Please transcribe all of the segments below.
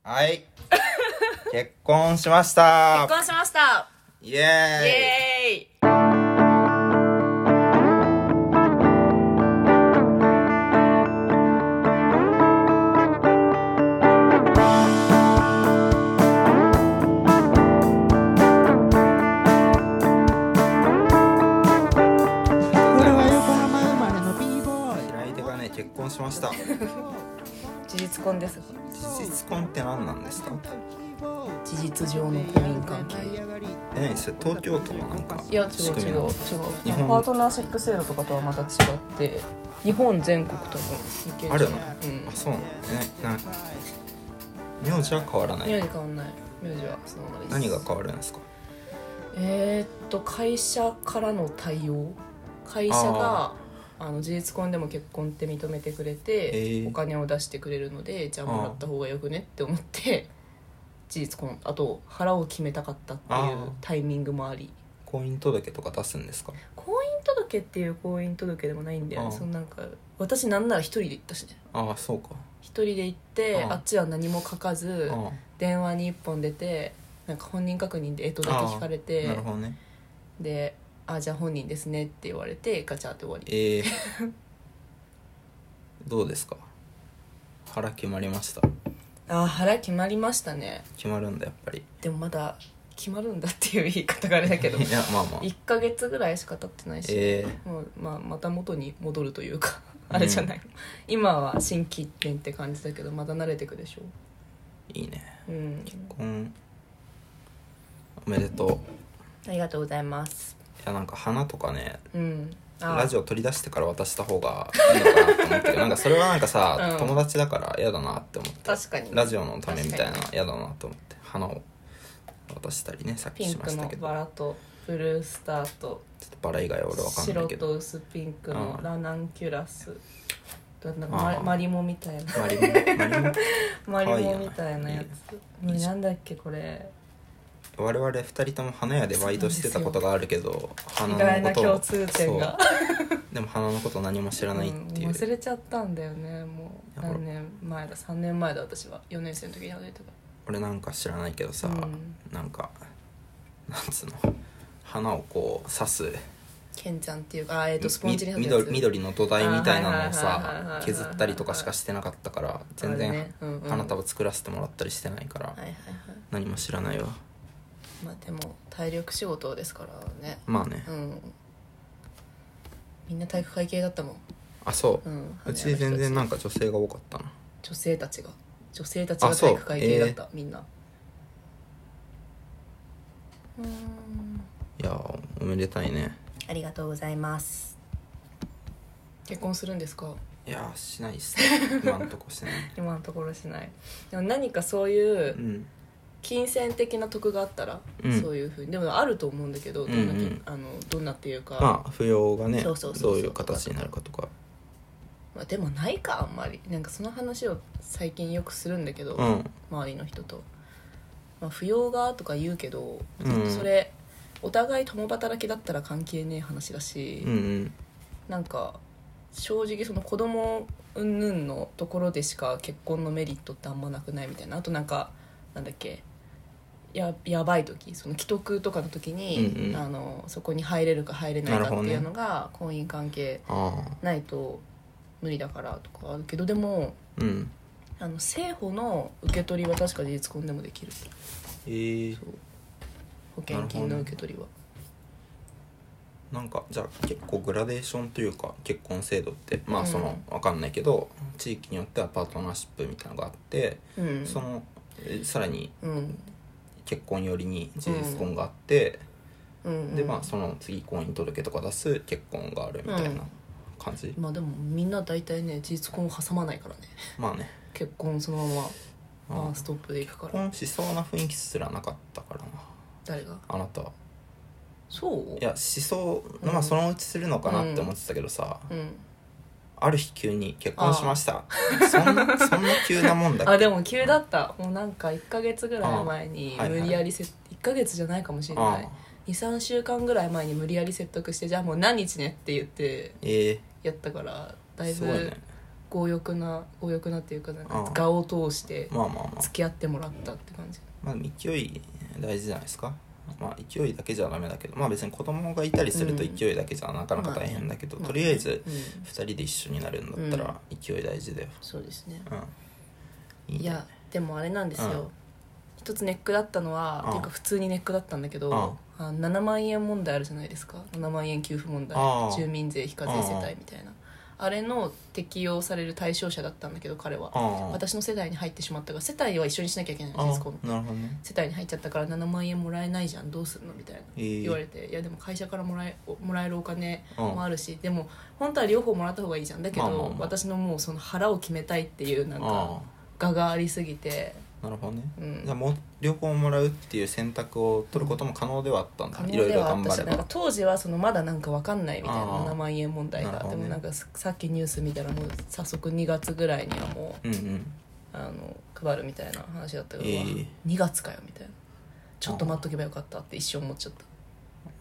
はい。結婚しました。 結婚しました。 イエーイ。 イエーイ。 結婚しました。 事実婚です。 事実婚って何なんですか？ 事実上の婚姻関係。 何それ、東京都のなんかいや違うパートナーシップ制度とかとはまた違って日本全国多分あるの、 あそうなの。名字は変わらない。 名字変わんない。名字はそのままです。 何が変わるんですか？ 会社からの対応。会社が事実婚でも結婚って認めてくれて、お金を出してくれるので、じゃあもらった方がよくねって思って事実婚、あと腹を決めたかったっていうタイミングもあり。 婚姻届とか出すんですか？ 婚姻届っていう婚姻届でもないんだよね。そのなんか私なんなら一人で行ったしね。 そうか。 一人で行ってあっちは何も書かず電話に一本出て、なんか本人確認でだけ聞かれて、 なるほどね。 でじゃあ本人ですねって言われてガチャって終わり。 どうですか？腹決まりました？ 腹決まりましたね。 決まるんだやっぱり。 でもまだ決まるんだっていう言い方があれだけどいやまあ 1ヶ月ぐらいしか経ってないし、もうまた元に戻るというかあれじゃない、今は心機一転って感じだけどまた慣れてくでしょ。 いいね、結婚おめでとう。 ありがとうございます。 いやなんか花とかね、ラジオ取り出してから渡した方がいいのかなと思ってなんかそれはなんかさ、友達だから嫌だなって思って。 確かにラジオのためみたいな嫌だなと思って花を渡したりね、さっきしましたけど。 ピンクのバラとブルースターと、 ちょっとバラ以外は俺わかんないけど、 白と薄ピンクのラナンキュラス、なんかマリモみたいなマリモみたいなやつ。なんだっけこれ。 我々2人とも花屋でバイトしてたことがあるけど、 意外な共通点がでも花のこと何も知らないっていう、 忘れちゃったんだよね。もう何年前だ、3年前だ。私は4年生の時に始めたから。 俺なんか知らないけどさ、なんかなんつうの、花をこう刺すケンちゃんっていうかスポンジに刺すやつ、 緑の土台みたいなのをさ削ったりとかしかしてなかったから、全然花束作らせてもらったりしてないから、何も知らないわ。 まあでも体力仕事ですからね。 まあね、 みんな体育会系だったもん。 そう、うち全然なんか女性が多かったな。 女性たちが体育会系だった、みんな。 いやおめでたいね。 ありがとうございます。結婚するんですか？ いやしないっすね今のところしない今のところしない。でも何かそういう金銭的な得があったら、そういうふうにでもあると思うんだけど、どんなっていうか、 まあ扶養がね、どういう形になるかとか。 でもないか、あんまり。なんかその話を最近よくするんだけど、周りの人と、扶養がとか言うけど、それお互い共働きだったら関係ねえ話だし、なんか正直その子供云々のところでしか結婚のメリットってあんまなくないみたいな。あとなんかなんだっけ、やばい時、その既得とかの時に、そこに入れるか入れないかっていうのが、婚姻関係ないと無理だからとかあるけど、でも、政府の受け取りは確か事実婚でもできる。そう保険金の受け取りは。 なんかじゃあ結構グラデーションというか、結婚制度ってその分かんないけど、地域によってはパートナーシップみたいなのがあって、そのさらに結婚よりに事実婚があって、でその次婚姻届とか出す結婚があるみたいな感じ。 でもみんな大体ね事実婚を挟まないからね。 まあね、 結婚そのままストップでいくから。 結婚しそうな雰囲気すらなかったからな。 誰が？ あなたは。 そう？ いやしそう、そのうちするのかなって思ってたけどさ、ある日急に結婚しました。そんな急なもんだっけ？ でも急だった。もうなんか1ヶ月ぐらい前に無理やり1ヶ月じゃないかもしれない、2,3 週間ぐらい前に無理やり説得して、じゃあもう何日ねって言ってやったから、だいぶ強欲なっていうかなんか画を通して付き合ってもらったって感じ。 まあ勢い大事じゃないですか。まあ勢いだけじゃダメだけど、まあ別に子供がいたりすると勢いだけじゃなかなか大変だけど、とりあえず2人で一緒になるんだったら勢い大事だよ。 そうですね。 いいね。 いやでもあれなんですよ、一つネックだったのはっていうか普通にネックだったんだけど、7万円問題あるじゃないですか。7万円給付問題、住民税非課税世帯みたいな、あれの適用される対象者だったんだけど彼は私の世代に入ってしまったが、世帯は一緒にしなきゃいけないんですよ。 なるほどね。 世帯に入っちゃったから7万円もらえないじゃん、どうするのみたいな言われて、いやでも会社からもらえるお金もあるし、でも本当は両方もらった方がいいじゃん。だけど、私のもうその腹を決めたいっていうなんか我がありすぎて。 なるほどね、じゃあもう両方もらうっていう選択を取ることも可能ではあったんだ、いろいろ頑張れば。 なんか当時はそのまだなんか分かんないみたいな7万円問題が、でもなんかさっきニュース見たらもう早速2月ぐらいにはもう、配るみたいな話だったけど、2月かよみたいな、ちょっと待っとけばよかったって一瞬思っちゃった。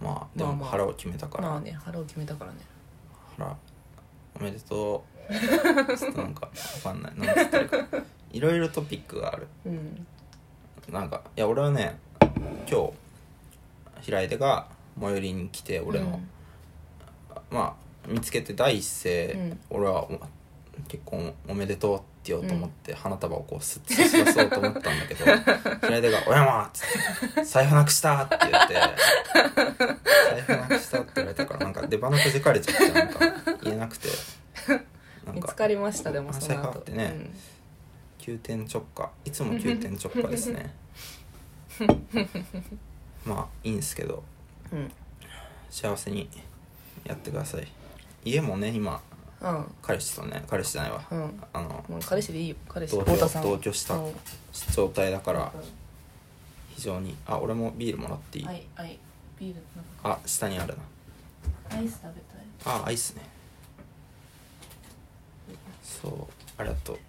まあでも腹を決めたから、 まあね、腹を決めたからね。 腹おめでとうちょっとなんか分かんない何つってるかいろいろトピックがある、なんかいや俺はね今日平出が最寄りに来て俺の、まあ見つけて第一声、俺は結婚おめでとうって言おうと思って、花束をこうスッと差し出そうと思ったんだけど平出が「おやま!」っつって「財布なくした!」って言って財布なくしたって言われたからなんか出花くじかれちゃってなんか言えなくてなんか見つかりました。でもその後財布あってね、急転直下、いつも急転直下ですねまあいいんですけど、幸せにやってください。家もね今、彼氏とね、彼氏じゃないわ、 もう彼氏でいいよ、彼氏同居した状態だから、非常に。俺もビールもらっていい？ はいビール下にあるな。 アイス食べたい。 アイスね。そうありがとう。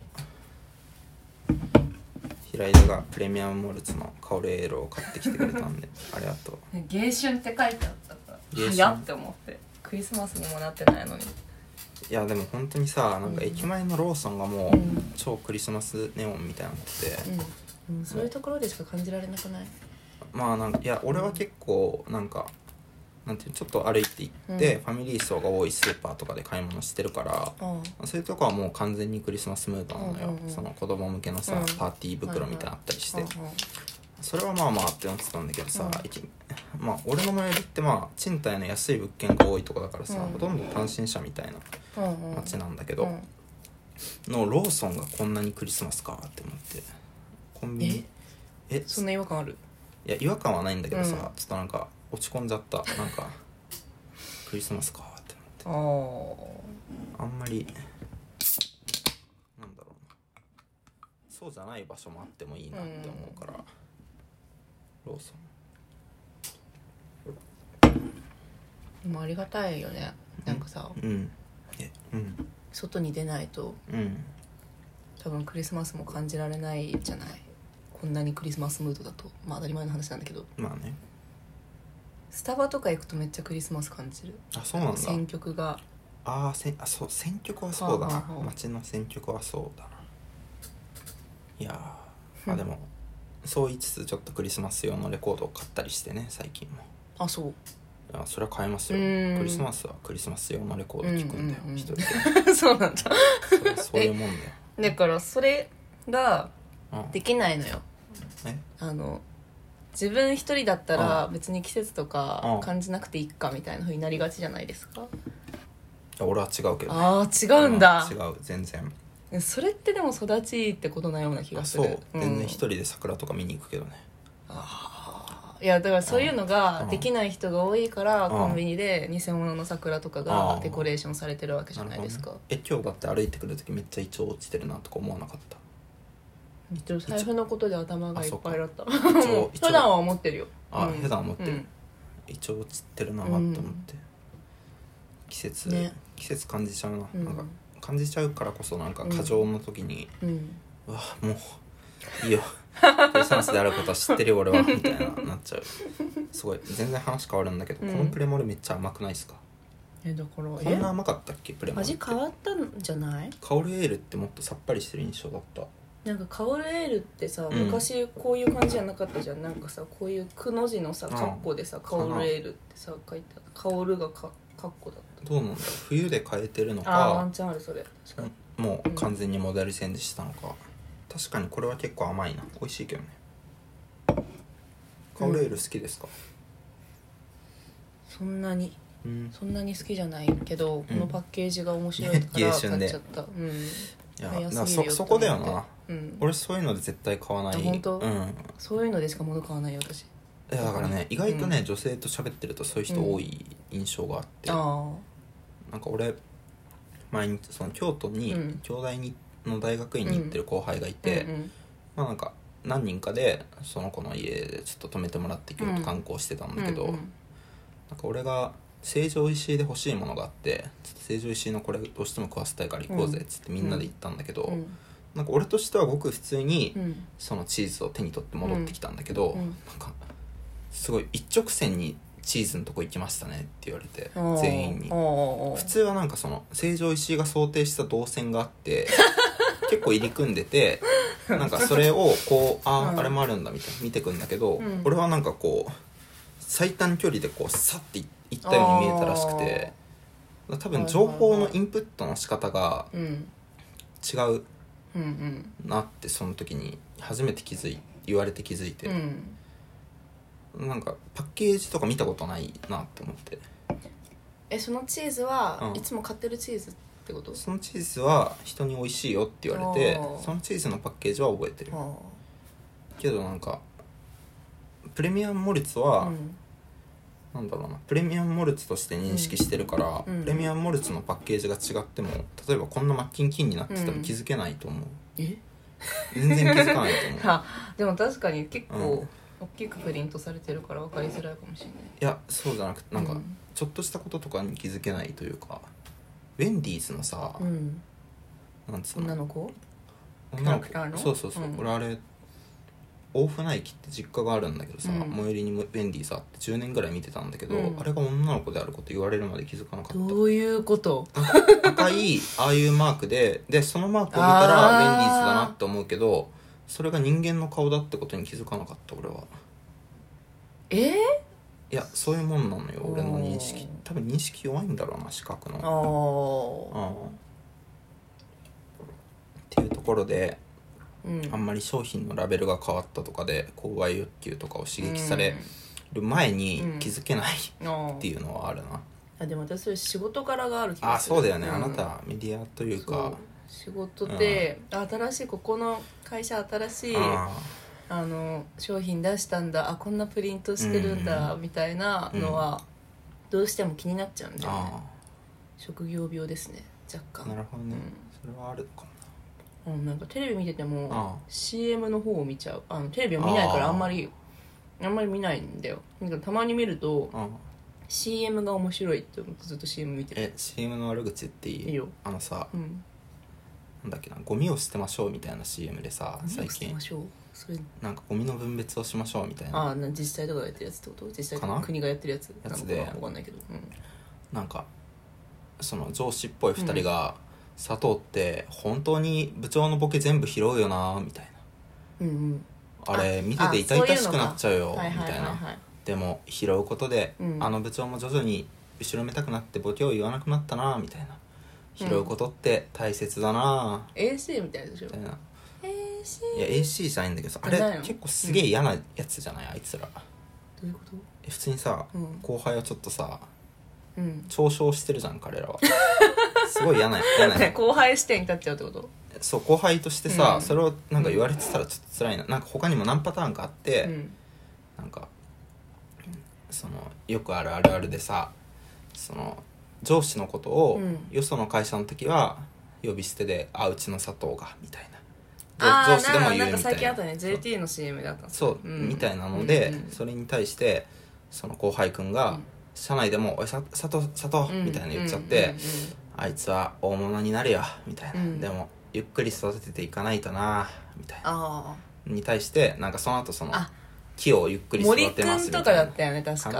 平井がプレミアムモルツのカオルエールを買ってきてくれたんでありがとう。 芸春って書いてあったから早っって思って、クリスマスにもなってないのに。 いやでも本当にさ、なんか駅前のローソンがもう超クリスマスネオンみたいになってて、 そういうところでしか感じられなくない？ まあなんかいや俺は結構なんかなんていうちょっと歩いて行って、ファミリー層が多いスーパーとかで買い物してるから、そういうとこはもう完全にクリスマスムードなのよ、その子供向けのさ、パーティー袋みたいなのあったりして、それはまあまあって思ってたんだけどさ、まあ俺の周りってまあ賃貸の安い物件が多いとこだからさ、ほとんど単身者みたいな街なんだけど、のローソンがこんなにクリスマスかって思って、コンビニそんな違和感ある？ いや違和感はないんだけどさ、ちょっとなんか落ち込んじゃった。なんかクリスマスかって思って、あんまりなんだろうな、そうじゃない場所もあってもいいなって思うから、ローソンでもありがたいよね。なんかさ、外に出ないと、多分クリスマスも感じられないじゃない。こんなにクリスマスムードだと、まあ当たり前の話なんだけど、 まあね。 スタバとか行くとめっちゃクリスマス感じる。 そうなんだ。 選曲がそう、選曲はそうだな。街の選曲はそうだな。いやでもそう言いつつちょっとクリスマス用のレコードを買ったりしてね、最近も。 そう。 いやそれは買いますよ。クリスマスはクリスマス用のレコード聞くんだよ、一人でそうなんだそういうもんだよ。 だからそれができないのよ。自分一人だったら別に季節とか感じなくていいかみたいな風になりがちじゃないですか。 俺は違うけど、 違うんだ。 違う、全然。 それってでも育ちってことなような気がする。 全然一人で桜とか見に行くけどね。 いやだからそういうのができない人が多いから、コンビニで偽物の桜とかがデコレーションされてるわけじゃないですか。 今日だって歩いてくる時めっちゃイチョウ落ちてるなとか思わなかった？ 財布のことで頭がいっぱいだった。普段は思ってるよ。 普段は思ってる。イチョウ落ちてるなと思って、季節感じちゃうな。なんか感じちゃうからこそなんか過剰の時に、うわもういいよクリスマスであることは知ってるよ俺はみたいなっちゃう。すごい全然話変わるんだけど、このプレモルめっちゃ甘くないですか？ だからこんな甘かったっけプレモルって。 味変わったんじゃない？ カオルエールってもっとさっぱりしてる印象だった。 なんかカオルエールってさ、 うん昔こういう感じじゃなかったじゃん。なんかさこういうくの字のさカッコでさ、カオルエールってさ書いてある。カオルがカッコだった。 どうなんだろう、冬で変えてるのかワンチャンあるそれ。確かにもう完全にモデル線でしたのか、確かにこれは結構甘いな。美味しいけどね。カオルエール好きですか？ そんなに好きじゃないけど、このパッケージが面白いから買っちゃった。 いやだからそこだよな、俺そういうので絶対買わない。 本当？そういうのでしか物買わないよ私。 いやだからね、意外とね、女性と喋ってるとそういう人多い印象があって、なんか俺前にその京都に、京大の大学院に行ってる後輩がいて、まあなんか何人かでその子の家でちょっと泊めてもらって京都観光してたんだけど、なんか俺が成城石井で欲しいものがあって、ちょっと成城石井のこれどうしても食わせたいから行こうぜっつってみんなで行ったんだけど、なんか俺としてはごく普通にそのチーズを手に取って戻ってきたんだけど、なんかすごい一直線にチーズのとこ行きましたねって言われて、全員に。普通はなんかその成城石井が想定した動線があって結構入り組んでて、なんかそれをこうあれもあるんだみたいな見てくんだけど、俺はなんかこう最短距離でこうサッていったように見えたらしくて、多分情報のインプットの仕方が違うなってその時に初めて言われて気づいて、なんかパッケージとか見たことないなって思って。 そのチーズはいつも買ってるチーズってこと？ そのチーズは人に美味しいよって言われて、そのチーズのパッケージは覚えてるけど、なんかプレミアムモルツは、なんだろうな、プレミアムモルツとして認識してるから、プレミアムモルツのパッケージが違っても例えばこんなマッキンキンになってても気づけないと思う。全然気づかないと思うでも確かに結構大きくプリントされてるから分かりづらいかもしれない。 いやそうじゃなくて、なんかちょっとしたこととかに気づけないというか、ウェンディーズのさ、なんつうの、 女の子そうそうそう、俺あれ大船駅って実家があるんだけどさ、最寄りにウェンディーズあって10年ぐらい見てたんだけど、あれが女の子であること言われるまで気づかなかった。 どういうこと？ 赤いああいうマークでそのマークを見たらウェンディーズだなって思うけど、それが人間の顔だってことに気づかなかった俺は。いやそういうもんなのよ俺の認識。多分認識弱いんだろうな、視覚の。っていうところで、あんまり商品のラベルが変わったとかで購買欲求とかを刺激される前に気づけないっていうのはあるな。 でも私それ仕事柄がある気がする。 そうだよね、あなたメディアというか仕事で、新しいここの会社新しい商品出したんだ、こんなプリントしてるんだ、みたいなのはどうしても気になっちゃうんだよね。職業病ですね若干。 なるほどね、それはあるかもな。なんかテレビ見てても CM の方を見ちゃう。テレビを見ないからあんまり見ないんだよ。だからたまに見るとCM が面白いって思ってずっと CM 見てる。 CM の悪口っていい？ いいよ。 さ、なんだっけな、ゴミを捨てましょうみたいな CM でさ、最近なんかゴミの分別をしましょうみたいな。 自治体とかがやってるやつってこと？自治体とか国がやってるやつで分かんないけど、 なんかその上司っぽい2人が、佐藤って本当に部長のボケ全部拾うよなみたいな、あれ見てて痛々しくなっちゃうよみたいな。でも拾うことで、あの部長も徐々に後ろめたくなってボケを言わなくなったなみたいな。拾うことって大切だな、 AC みたいでしょ。 みたいな。いや AC じゃないんだけどさ、あれ結構すげえ嫌なやつじゃない、あいつら。どういうこと？ 普通にさ、後輩をちょっとさ、嘲笑してるじゃん彼らは。すごい嫌な後輩視点に立っちゃうってこと？ そう後輩としてさ、それをなんか言われてたらちょっと辛いな。なんか他にも何パターンかあって、なんかそのよくあるあるあるでさ、その上司のことを、よその会社の時は呼び捨てでうちの佐藤がみたいな、上司でも言うみたいな。なんか最近あったね JT の CM だったんですよ。みたいなので、それに対してその後輩くんが、社内でもおい佐藤みたいな言っちゃって、あいつは大物になるよみたいな、でもゆっくり育てていかないとなみたいなに対して、なんかその後その木をゆっくり育てますみたいな。 森くんとかだったよね確か。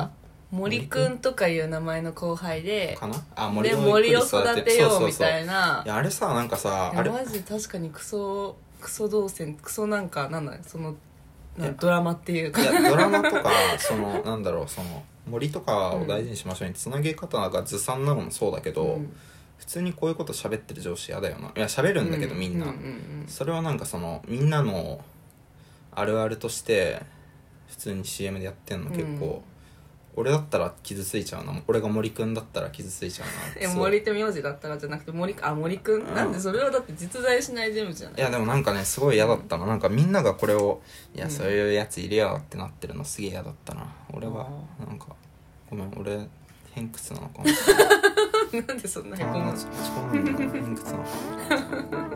森くんとかいう名前の後輩でかなあ、 森を育てようみたいな。 いやあれさ、なんかさ、あれマジで確かにクソ動線、クソなんかなんだそのドラマっていうか、 いやドラマとかそのなんだろう、その森とかを大事にしましょうにつなげ方がずさんなのもそうだけど、普通にこういうこと喋ってる上司嫌だよな。いや喋るんだけどみんな、それはなんかそのみんなのあるあるとして普通に CM でやってんの結構、俺だったら傷ついちゃうな。俺が森くんだったら傷ついちゃうな。 森って名字だったらじゃなくて森くん、なんでそれはだって実在しない人物じゃない。 いやでもなんかねすごい嫌だったな。なんかみんながこれをいやそういうやついるよってなってるのすげえ嫌だったな。俺はなんかごめん、俺偏屈なのかもしれないなんでそんなへこむの。 偏屈なのかも。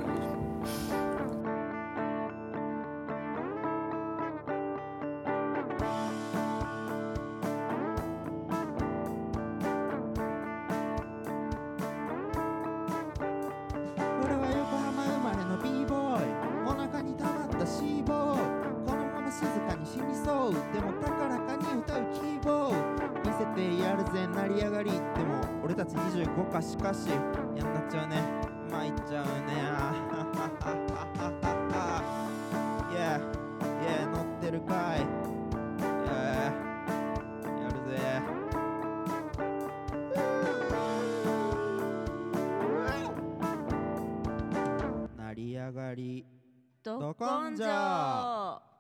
でも高らかに歌うキーボード見せてやるぜ成り上がり。でも俺たち25かしかしやんなっちゃうね、参っちゃうね。Yeah yeah 乗ってるかい Yeah やるぜ。成り上がりど根性。